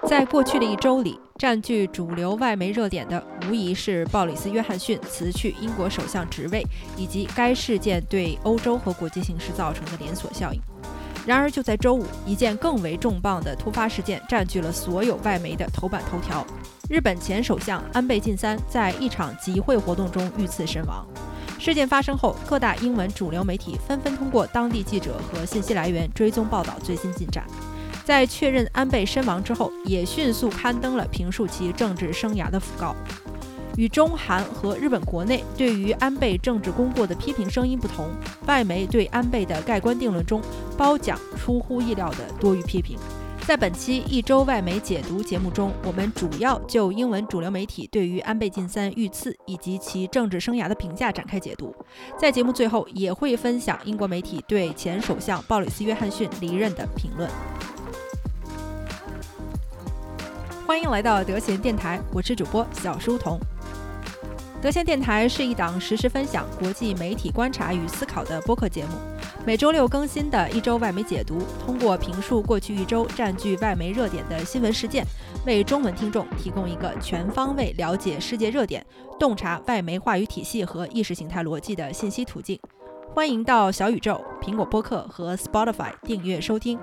在过去的一周里，占据主流外媒热点的无疑是鲍里斯·约翰逊辞去英国首相职位，以及该事件对欧洲和国际形势造成的连锁效应。然而就在周五，一件更为重磅的突发事件占据了所有外媒的头版头条。日本前首相安倍晋三在一场集会活动中遇刺身亡。事件发生后，各大英文主流媒体纷纷通过当地记者和信息来源追踪报道最新进展。在确认安倍身亡之后，也迅速刊登了评述其政治生涯的讣告。与中韩和日本国内对于安倍政治功过的批评声音不同，外媒对安倍的盖棺定论中褒奖出乎意料的多于批评。在本期一周外媒解读节目中，我们主要就英文主流媒体对于安倍晋三遇刺以及其政治生涯的评价展开解读。在节目最后，也会分享英国媒体对前首相鲍里斯·约翰逊离任的评论。欢迎来到德贤电台，我是主播小书童。德贤电台是一档实时分享国际媒体观察与思考的播客节目，每周六更新的一周外媒解读，通过评述过去一周占据外媒热点的新闻事件，为中文听众提供一个全方位了解世界热点、洞察外媒话语体系和意识形态逻辑的信息途径。欢迎到小宇宙、苹果播客和 Spotify 订阅收听。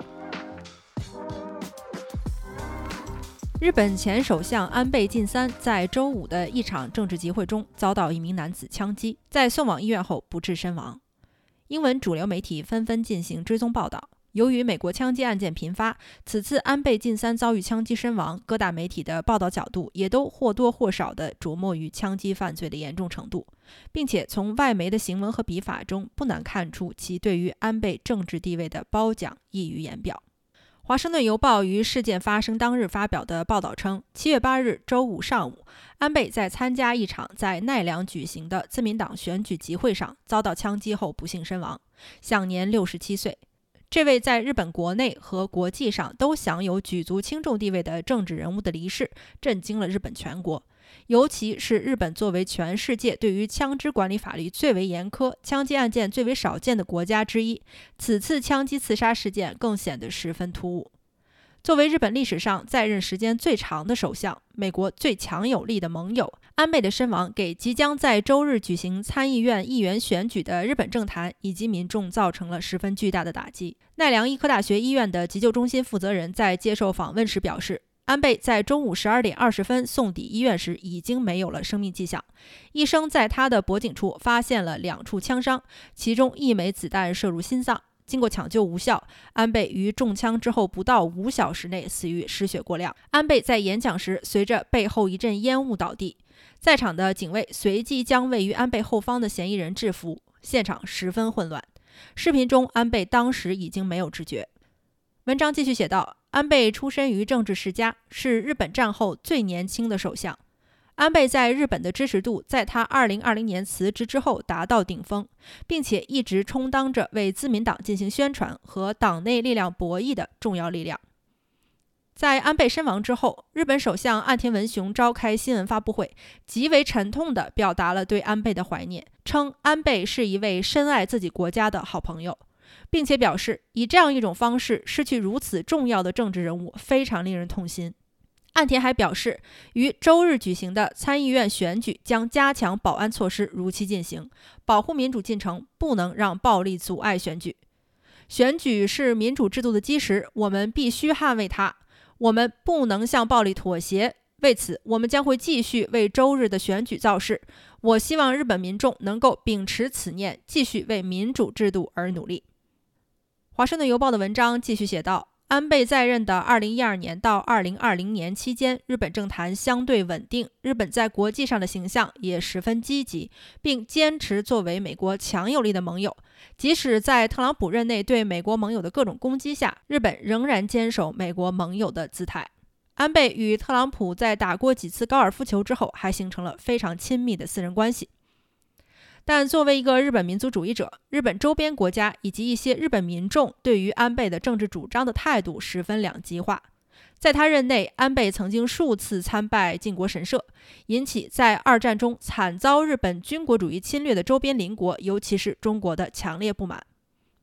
日本前首相安倍晋三在周五的一场政治集会中遭到一名男子枪击，在送往医院后不治身亡。英文主流媒体纷纷进行追踪报道。由于美国枪击案件频发，此次安倍晋三遭遇枪击身亡，各大媒体的报道角度也都或多或少地着墨于枪击犯罪的严重程度，并且从外媒的行文和笔法中不难看出其对于安倍政治地位的褒奖溢于言表。华盛顿邮报于事件发生当日发表的报道称，7月8日周五上午，安倍在参加一场在奈良举行的自民党选举集会上遭到枪击后不幸身亡，享年67岁。这位在日本国内和国际上都享有举足轻重地位的政治人物的离世，震惊了日本全国。尤其是日本作为全世界对于枪支管理法律最为严苛、枪击案件最为少见的国家之一，此次枪击刺杀事件更显得十分突兀。作为日本历史上在任时间最长的首相，美国最强有力的盟友，安倍的身亡给即将在周日举行参议院议员选举的日本政坛以及民众造成了十分巨大的打击。奈良医科大学医院的急救中心负责人在接受访问时表示，安倍在中午12点20分送抵医院时已经没有了生命迹象，医生在他的脖颈处发现了2处枪伤，其中1枚子弹射入心脏。经过抢救无效，安倍于中枪之后不到5小时内死于失血过量。安倍在演讲时随着背后一阵烟雾倒地，在场的警卫随即将位于安倍后方的嫌疑人制服，现场十分混乱。视频中，安倍当时已经没有知觉。文章继续写道，安倍出身于政治世家，是日本战后最年轻的首相。安倍在日本的支持度在他2020年辞职之后达到顶峰，并且一直充当着为自民党进行宣传和党内力量博弈的重要力量。在安倍身亡之后，日本首相岸田文雄召开新闻发布会，极为沉痛地表达了对安倍的怀念，称安倍是一位深爱自己国家的好朋友，并且表示以这样一种方式失去如此重要的政治人物非常令人痛心。岸田还表示，于周日举行的参议院选举将加强保安措施如期进行，保护民主进程，不能让暴力阻碍选举。选举是民主制度的基石，我们必须捍卫它，我们不能向暴力妥协。为此，我们将会继续为周日的选举造势。我希望日本民众能够秉持此念，继续为民主制度而努力。华盛顿邮报的文章继续写道，安倍在任的2012年到2020年期间，日本政坛相对稳定，日本在国际上的形象也十分积极，并坚持作为美国强有力的盟友。即使在特朗普任内对美国盟友的各种攻击下，日本仍然坚守美国盟友的姿态。安倍与特朗普在打过几次高尔夫球之后，还形成了非常亲密的私人关系。但作为一个日本民族主义者，日本周边国家以及一些日本民众对于安倍的政治主张的态度十分两极化。在他任内，安倍曾经数次参拜靖国神社，引起在二战中惨遭日本军国主义侵略的周边邻国，尤其是中国的强烈不满。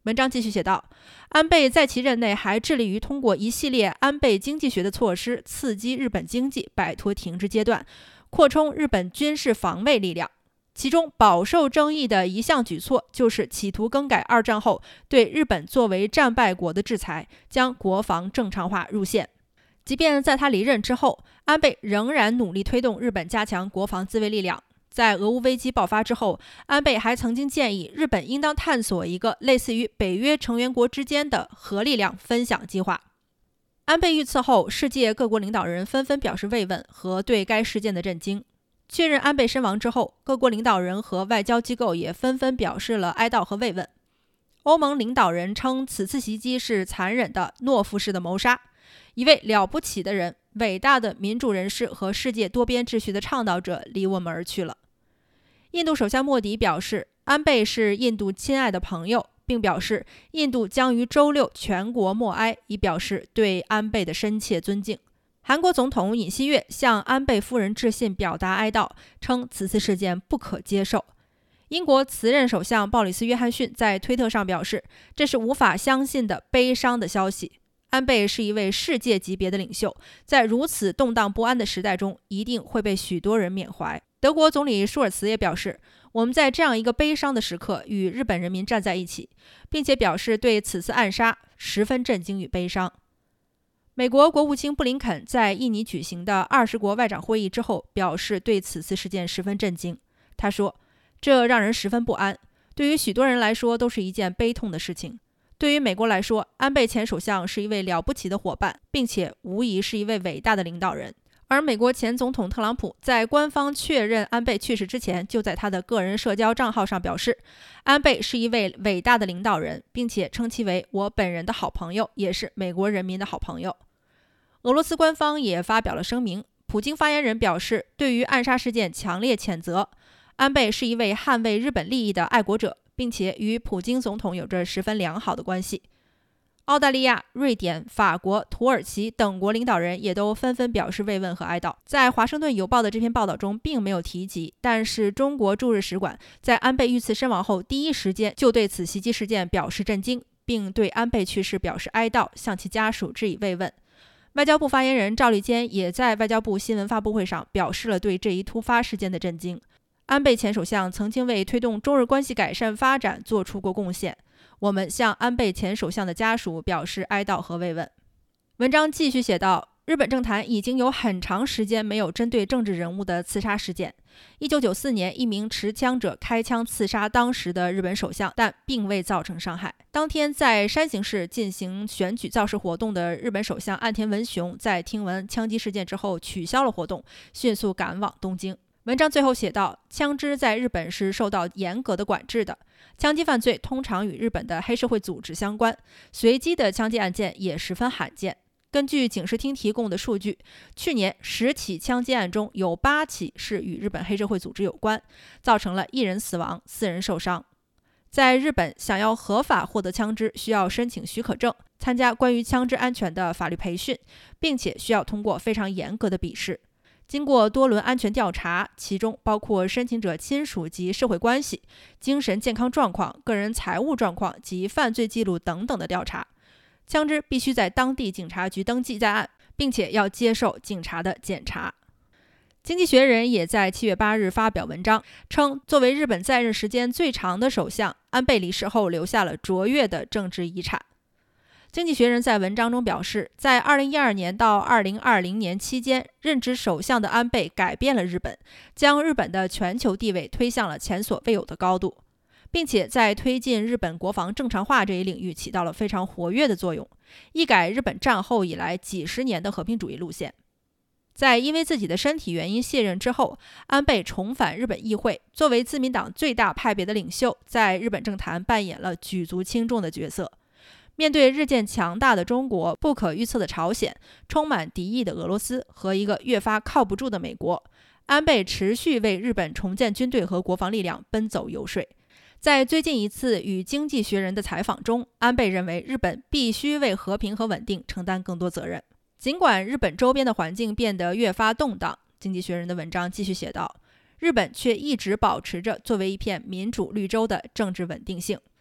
文章继续写道，安倍在其任内还致力于通过一系列安倍经济学的措施，刺激日本经济摆脱停滞阶段，扩充日本军事防卫力量。其中饱受争议的一项举措，就是企图更改二战后对日本作为战败国的制裁，将国防正常化入宪。即便在他离任之后，安倍仍然努力推动日本加强国防自卫力量。在俄乌危机爆发之后，安倍还曾经建议日本应当探索一个类似于北约成员国之间的核力量分享计划。安倍遇刺后，世界各国领导人纷纷表示慰问和对该事件的震惊。确认安倍身亡之后，各国领导人和外交机构也纷纷表示了哀悼和慰问。欧盟领导人称此次袭击是残忍的懦夫式的谋杀，一位了不起的人，伟大的民主人士和世界多边秩序的倡导者离我们而去了。印度首相莫迪表示，安倍是印度亲爱的朋友，并表示印度将于周六全国默哀，以表示对安倍的深切尊敬。韩国总统尹锡悦向安倍夫人致信表达哀悼，称此次事件不可接受。英国辞任首相鲍里斯·约翰逊在推特上表示，这是无法相信的悲伤的消息。安倍是一位世界级别的领袖，在如此动荡不安的时代中，一定会被许多人缅怀。德国总理舒尔茨也表示，我们在这样一个悲伤的时刻与日本人民站在一起，并且表示对此次暗杀十分震惊与悲伤。美国国务卿布林肯在印尼举行的20国外长会议之后，表示对此次事件十分震惊。他说，这让人十分不安，对于许多人来说都是一件悲痛的事情。对于美国来说，安倍前首相是一位了不起的伙伴，并且无疑是一位伟大的领导人。而美国前总统特朗普在官方确认安倍去世之前，就在他的个人社交账号上表示，安倍是一位伟大的领导人，并且称其为我本人的好朋友，也是美国人民的好朋友。俄罗斯官方也发表了声明，普京发言人表示，对于暗杀事件强烈谴责。安倍是一位捍卫日本利益的爱国者，并且与普京总统有着十分良好的关系。澳大利亚、瑞典、法国、土耳其等国领导人也都纷纷表示慰问和哀悼。在《华盛顿邮报》的这篇报道中并没有提及，但是中国驻日使馆在安倍遇刺身亡后第一时间就对此袭击事件表示震惊，并对安倍去世表示哀悼，向其家属致以慰问。外交部发言人赵立坚也在外交部新闻发布会上表示了对这一突发事件的震惊。安倍前首相曾经为推动中日关系改善发展做出过贡献，我们向安倍前首相的家属表示哀悼和慰问。文章继续写道，日本政坛已经有很长时间没有针对政治人物的刺杀事件。1994年，一名持枪者开枪刺杀当时的日本首相，但并未造成伤害。当天在山形市进行选举造势活动的日本首相岸田文雄，在听闻枪击事件之后取消了活动，迅速赶往东京。文章最后写道，枪支在日本是受到严格的管制的，枪击犯罪通常与日本的黑社会组织相关，随机的枪击案件也十分罕见。根据警视厅提供的数据，去年10起枪击案中有8起是与日本黑社会组织有关，造成了1人死亡，4人受伤。在日本，想要合法获得枪支，需要申请许可证，参加关于枪支安全的法律培训，并且需要通过非常严格的笔试。经过多轮安全调查，其中包括申请者亲属及社会关系、精神健康状况、个人财务状况及犯罪记录等等的调查，枪支必须在当地警察局登记在案，并且要接受警察的检查。经济学人也在7月8日发表文章，称作为日本在任时间最长的首相，安倍离世后留下了卓越的政治遗产。经济学人在文章中表示，在2012年到2020年期间，任职首相的安倍改变了日本，将日本的全球地位推向了前所未有的高度，并且在推进日本国防正常化这一领域起到了非常活跃的作用，一改日本战后以来几十年的和平主义路线。在因为自己的身体原因卸任之后，安倍重返日本议会，作为自民党最大派别的领袖，在日本政坛扮演了举足轻重的角色。面对日渐强大的中国、不可预测的朝鲜、充满敌意的俄罗斯和一个越发靠不住的美国，安倍持续为日本重建军队和国防力量奔走游说。在最近一次与《经济学人》的采访中，安倍认为日本必须为和平和稳定承担更多责任。尽管日本周边的环境变得越发动荡，《经济学人》的文章继续写道，日本却一直保持着作为一片民主绿洲的政治稳定性。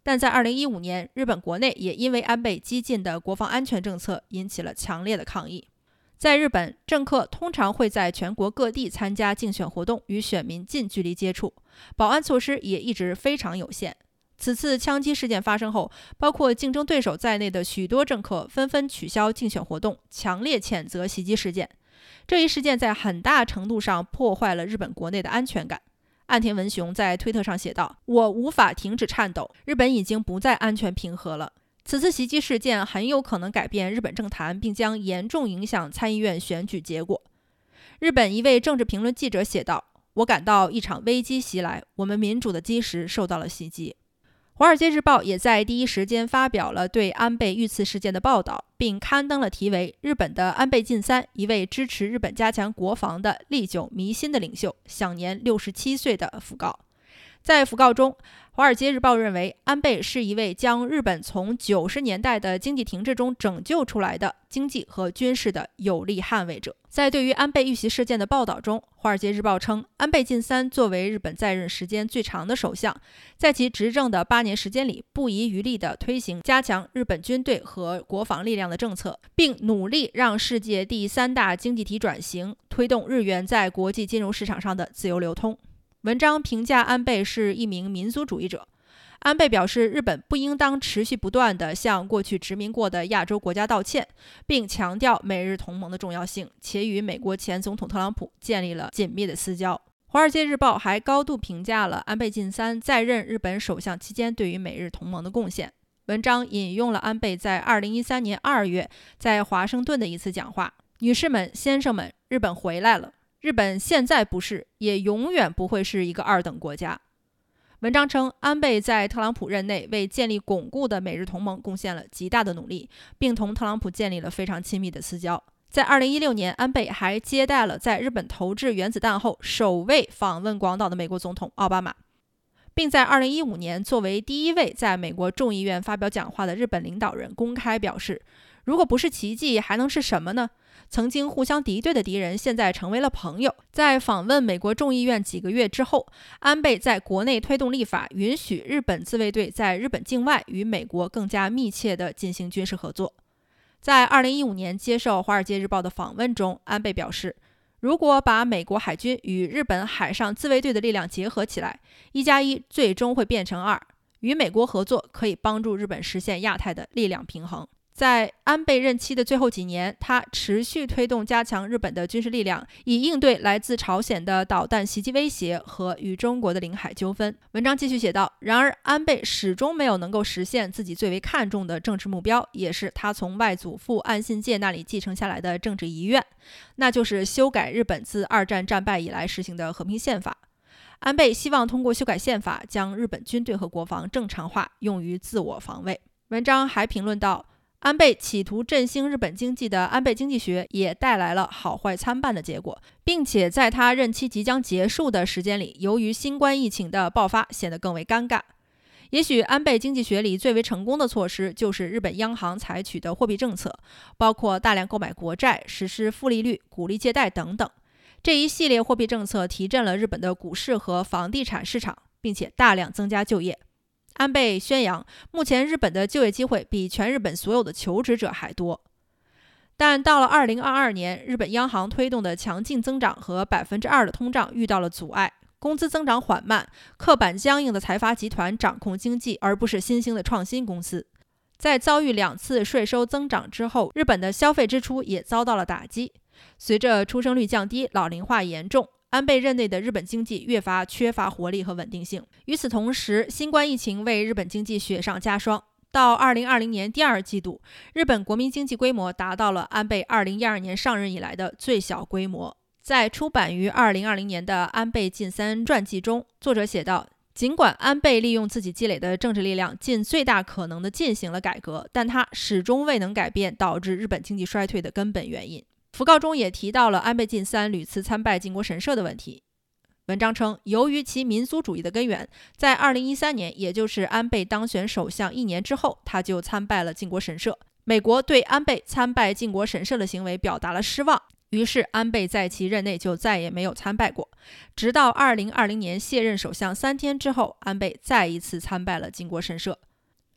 但在2015年，日本国内也因为安倍激进的国防安全政策引起了强烈的抗议。在日本，政客通常会在全国各地参加竞选活动，与选民近距离接触，保安措施也一直非常有限。此次枪击事件发生后，包括竞争对手在内的许多政客纷纷取消竞选活动，强烈谴责袭击事件。这一事件在很大程度上破坏了日本国内的安全感。岸田文雄在推特上写道：“我无法停止颤抖，日本已经不再安全平和了。”此次袭击事件很有可能改变日本政坛，并将严重影响参议院选举结果。日本一位政治评论记者写道：“我感到一场危机袭来，我们民主的基石受到了袭击。”《华尔街日报》也在第一时间发表了对安倍遇刺事件的报道，并刊登了题为“日本的安倍晋三，一位支持日本加强国防的历久弥新的领袖，享年67岁”的讣告。在讣告中，《华尔街日报》认为安倍是一位将日本从90年代的经济停滞中拯救出来的经济和军事的有力捍卫者。在对于安倍遇袭事件的报道中，《华尔街日报》称，安倍晋三作为日本在任时间最长的首相，在其执政的8年时间里，不遗余力地推行加强日本军队和国防力量的政策，并努力让世界第3大经济体转型，推动日元在国际金融市场上的自由流通。文章评价安倍是一名民族主义者。安倍表示，日本不应当持续不断地向过去殖民过的亚洲国家道歉，并强调美日同盟的重要性，且与美国前总统特朗普建立了紧密的私交。《华尔街日报》还高度评价了安倍晋三在任日本首相期间对于美日同盟的贡献。文章引用了安倍在2013年2月在华盛顿的一次讲话：“女士们、先生们，日本回来了。日本现在不是，也永远不会是一个2等国家。”文章称，安倍在特朗普任内为建立巩固的美日同盟贡献了极大的努力，并同特朗普建立了非常亲密的私交。在2016年，安倍还接待了在日本投掷原子弹后首位访问广岛的美国总统奥巴马，并在2015年作为第一位在美国众议院发表讲话的日本领导人公开表示，如果不是奇迹，还能是什么呢？曾经互相敌对的敌人现在成为了朋友。在访问美国众议院几个月之后，安倍在国内推动立法，允许日本自卫队在日本境外与美国更加密切地进行军事合作。在2015年接受《华尔街日报》的访问中，安倍表示，如果把美国海军与日本海上自卫队的力量结合起来，1+1最终会变成2，与美国合作可以帮助日本实现亚太的力量平衡。在安倍任期的最后几年，他持续推动加强日本的军事力量，以应对来自朝鲜的导弹袭击威胁和与中国的领海纠纷。文章继续写道，然而安倍始终没有能够实现自己最为看重的政治目标，也是他从外祖父岸信介那里继承下来的政治遗愿，那就是修改日本自2战战败以来实行的和平宪法。安倍希望通过修改宪法，将日本军队和国防正常化，用于自我防卫。文章还评论道，安倍企图振兴日本经济的安倍经济学也带来了好坏参半的结果，并且在他任期即将结束的时间里，由于新冠疫情的爆发显得更为尴尬。也许安倍经济学里最为成功的措施就是日本央行采取的货币政策，包括大量购买国债、实施负利率、鼓励借贷等等。这一系列货币政策提振了日本的股市和房地产市场，并且大量增加就业。安倍宣扬，目前日本的就业机会比全日本所有的求职者还多。但到了2022年，日本央行推动的强劲增长和2%的通胀遇到了阻碍，工资增长缓慢，刻板僵硬的财阀集团掌控经济，而不是新兴的创新公司。在遭遇2次税收增长之后，日本的消费支出也遭到了打击。随着出生率降低，老龄化严重，安倍任内的日本经济越发缺乏活力和稳定性。与此同时，新冠疫情为日本经济雪上加霜。到2020年第2季度，日本国民经济规模达到了安倍2012年上任以来的最小规模。在出版于2020年的安倍晋三传记中，作者写道，尽管安倍利用自己积累的政治力量尽最大可能地进行了改革，但他始终未能改变导致日本经济衰退的根本原因。讣告中也提到了安倍晋三屡次参拜靖国神社的问题。文章称，由于其民族主义的根源，在2013年，也就是安倍当选首相1年之后，他就参拜了靖国神社。美国对安倍参拜靖国神社的行为表达了失望，于是安倍在其任内就再也没有参拜过。直到2020年卸任首相3天之后，安倍再一次参拜了靖国神社。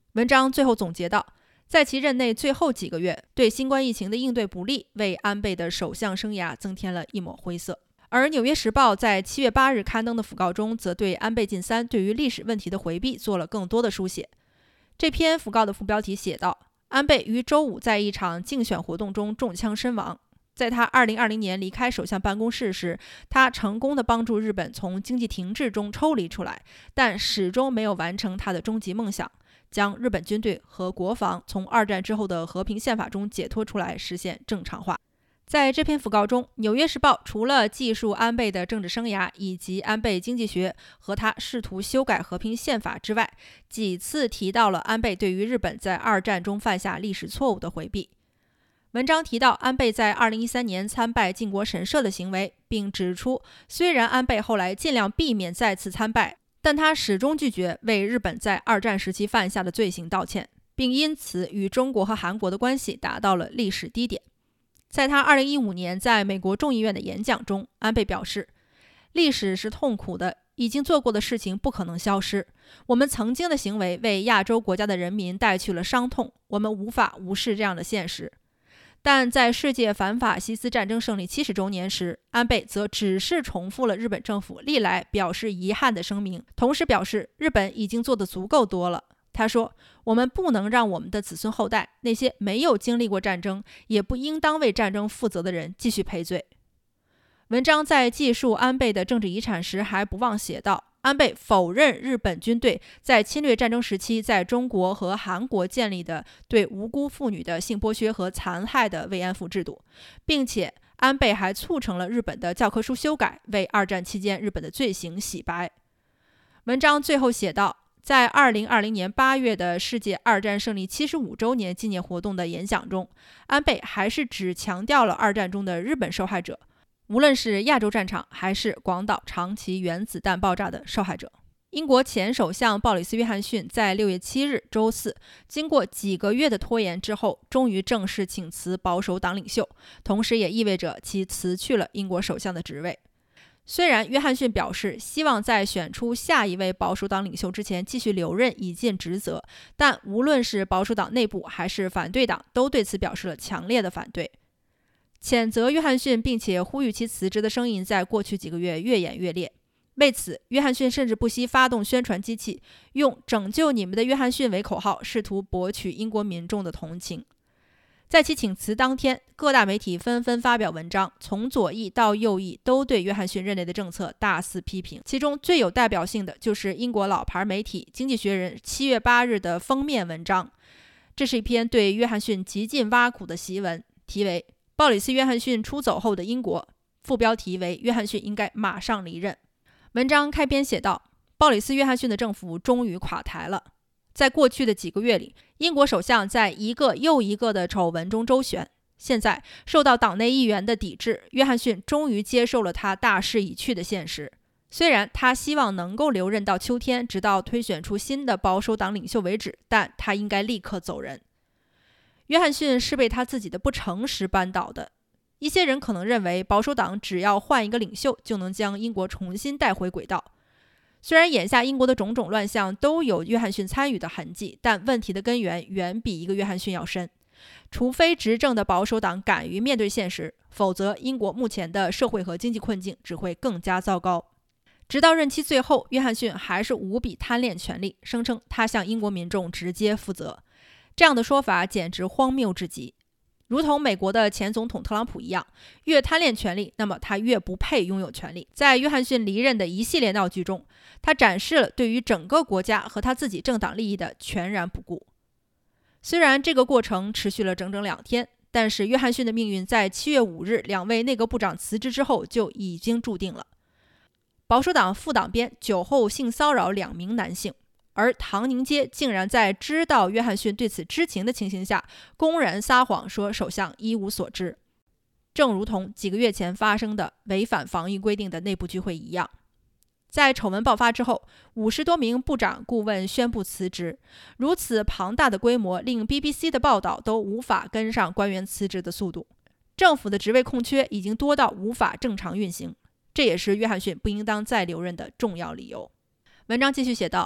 文章最后总结道，在其任内最后几个月，对新冠疫情的应对不力，为安倍的首相生涯增添了一抹灰色。而《纽约时报》在7月8日刊登的讣告中，则对安倍晋三对于历史问题的回避做了更多的书写。这篇讣告的副标题写道，安倍于周五在一场竞选活动中中枪身亡。在他2020年离开首相办公室时，他成功地帮助日本从经济停滞中抽离出来，但始终没有完成他的终极梦想，将日本军队和国防从二战之后的和平宪法中解脱出来，实现正常化。在这篇讣告中，《纽约时报》除了记述安倍的政治生涯以及安倍经济学和他试图修改和平宪法之外，几次提到了安倍对于日本在二战中犯下历史错误的回避。文章提到安倍在2013年参拜靖国神社的行为，并指出，虽然安倍后来尽量避免再次参拜，但他始终拒绝为日本在二战时期犯下的罪行道歉，并因此与中国和韩国的关系达到了历史低点。在他2015年在美国众议院的演讲中，安倍表示，历史是痛苦的，已经做过的事情不可能消失，我们曾经的行为为亚洲国家的人民带去了伤痛，我们无法无视这样的现实。但在世界反法西斯战争胜利70周年时，安倍则只是重复了日本政府历来表示遗憾的声明，同时表示日本已经做得足够多了。他说，我们不能让我们的子孙后代，那些没有经历过战争，也不应当为战争负责的人继续赔罪。文章在记述安倍的政治遗产时，还不忘写道，安倍否认日本军队在侵略战争时期在中国和韩国建立的对无辜妇女的性剥削和残害的慰安妇制度，并且安倍还促成了日本的教科书修改，为二战期间日本的罪行洗白。文章最后写道，在2020年8月的世界二战胜利75周年纪念活动的演讲中，安倍还是只强调了二战中的日本受害者，无论是亚洲战场还是广岛长崎原子弹爆炸的受害者。英国前首相鲍里斯·约翰逊在6月7日周四，经过几个月的拖延之后，终于正式请辞保守党领袖，同时也意味着其辞去了英国首相的职位。虽然约翰逊表示希望在选出下一位保守党领袖之前继续留任以尽职责，但无论是保守党内部还是反对党都对此表示了强烈的反对，谴责约翰逊并且呼吁其辞职的声音在过去几个月越演越烈。为此，约翰逊甚至不惜发动宣传机器，用拯救你们的约翰逊为口号，试图博取英国民众的同情。在其请辞当天，各大媒体纷纷发表文章，从左翼到右翼都对约翰逊任内的政策大肆批评。其中最有代表性的就是英国老牌媒体《经济学人》7月8日的封面文章。这是一篇对约翰逊极尽挖苦的檄文，题为《鲍里斯·约翰逊出走后的英国》，副标题为“约翰逊应该马上离任”。文章开篇写道，鲍里斯·约翰逊的政府终于垮台了。在过去的几个月里，英国首相在一个又一个的丑闻中周旋。现在受到党内议员的抵制，约翰逊终于接受了他大势已去的现实。虽然他希望能够留任到秋天，直到推选出新的保守党领袖为止，但他应该立刻走人。约翰逊是被他自己的不诚实扳倒的。一些人可能认为保守党只要换一个领袖，就能将英国重新带回轨道。虽然眼下英国的种种乱象都有约翰逊参与的痕迹，但问题的根源远比一个约翰逊要深。除非执政的保守党敢于面对现实，否则英国目前的社会和经济困境只会更加糟糕。直到任期最后，约翰逊还是无比贪恋权力，声称他向英国民众直接负责。这样的说法简直荒谬至极。如同美国的前总统特朗普一样，越贪恋权力，那么他越不配拥有权力。在约翰逊离任的一系列闹剧中，他展示了对于整个国家和他自己政党利益的全然不顾。虽然这个过程持续了整整2天，但是约翰逊的命运在7月5日2位内阁部长辞职之后就已经注定了。保守党副党鞭酒后性骚扰2名男性，而唐宁街竟然在知道约翰逊对此知情的情形下，公然撒谎说首相一无所知，正如同几个月前发生的违反防疫规定的内部聚会一样。在丑闻爆发之后，50多名部长顾问宣布辞职，如此庞大的规模令 BBC 的报道都无法跟上官员辞职的速度。政府的职位空缺已经多到无法正常运行，这也是约翰逊不应当再留任的重要理由。文章继续写道，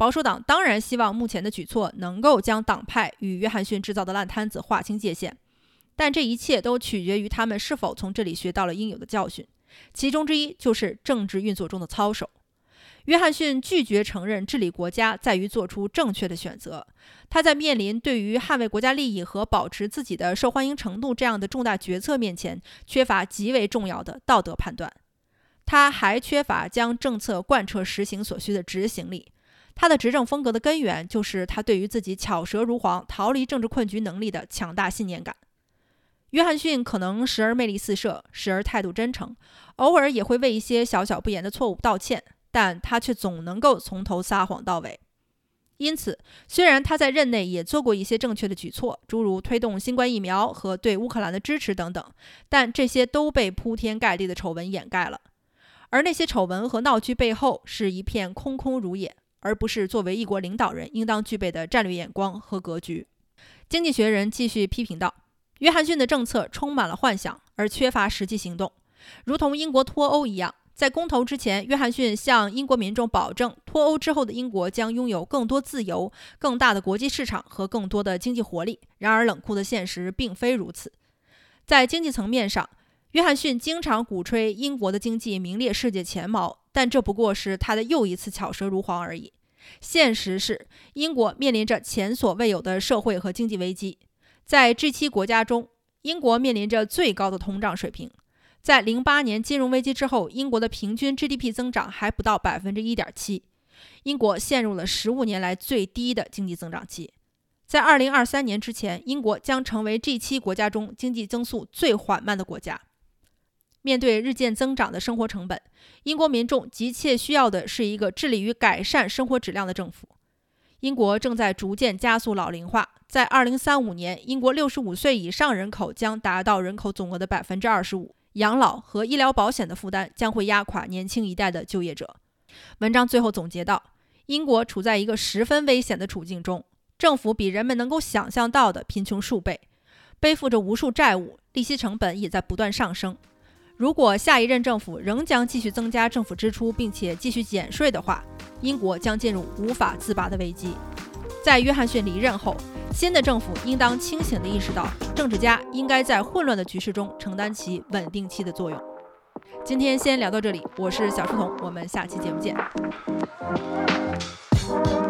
保守党当然希望目前的举措能够将党派与约翰逊制造的烂摊子划清界限，但这一切都取决于他们是否从这里学到了应有的教训，其中之一就是政治运作中的操守。约翰逊拒绝承认治理国家在于做出正确的选择，他在面临对于捍卫国家利益和保持自己的受欢迎程度这样的重大决策面前，缺乏极为重要的道德判断。他还缺乏将政策贯彻实行所需的执行力。他的执政风格的根源就是他对于自己巧舌如簧、逃离政治困局能力的强大信念感。约翰逊可能时而魅力四射，时而态度真诚，偶尔也会为一些小小不言的错误道歉，但他却总能够从头撒谎到尾。因此，虽然他在任内也做过一些正确的举措，诸如推动新冠疫苗和对乌克兰的支持等等，但这些都被铺天盖地的丑闻掩盖了。而那些丑闻和闹剧背后是一片空空如也，而不是作为一国领导人应当具备的战略眼光和格局。经济学人继续批评道，约翰逊的政策充满了幻想，而缺乏实际行动，如同英国脱欧一样。在公投之前，约翰逊向英国民众保证，脱欧之后的英国将拥有更多自由、更大的国际市场和更多的经济活力。然而，冷酷的现实并非如此。在经济层面上，约翰逊经常鼓吹英国的经济名列世界前茅，但这不过是他的又一次巧舌如簧而已。现实是，英国面临着前所未有的社会和经济危机。在 G7 国家中，英国面临着最高的通胀水平。在08年金融危机之后，英国的平均 GDP 增长还不到 1.7%， 英国陷入了15年来最低的经济增长期。在2023年之前，英国将成为 G7 国家中经济增速最缓慢的国家。面对日渐增长的生活成本，英国民众急切需要的是一个致力于改善生活质量的政府。英国正在逐渐加速老龄化，在2035年，英国65岁以上人口将达到人口总额的 25%。养老和医疗保险的负担将会压垮年轻一代的就业者。文章最后总结道，英国处在一个十分危险的处境中，政府比人们能够想象到的贫穷数倍，背负着无数债务，利息成本也在不断上升。如果下一任政府仍将继续增加政府支出，并且继续减税的话，英国将进入无法自拔的危机。在约翰逊离任后，新的政府应当清醒地意识到，政治家应该在混乱的局势中承担起稳定器的作用。今天先聊到这里，我是小书童，我们下期节目见。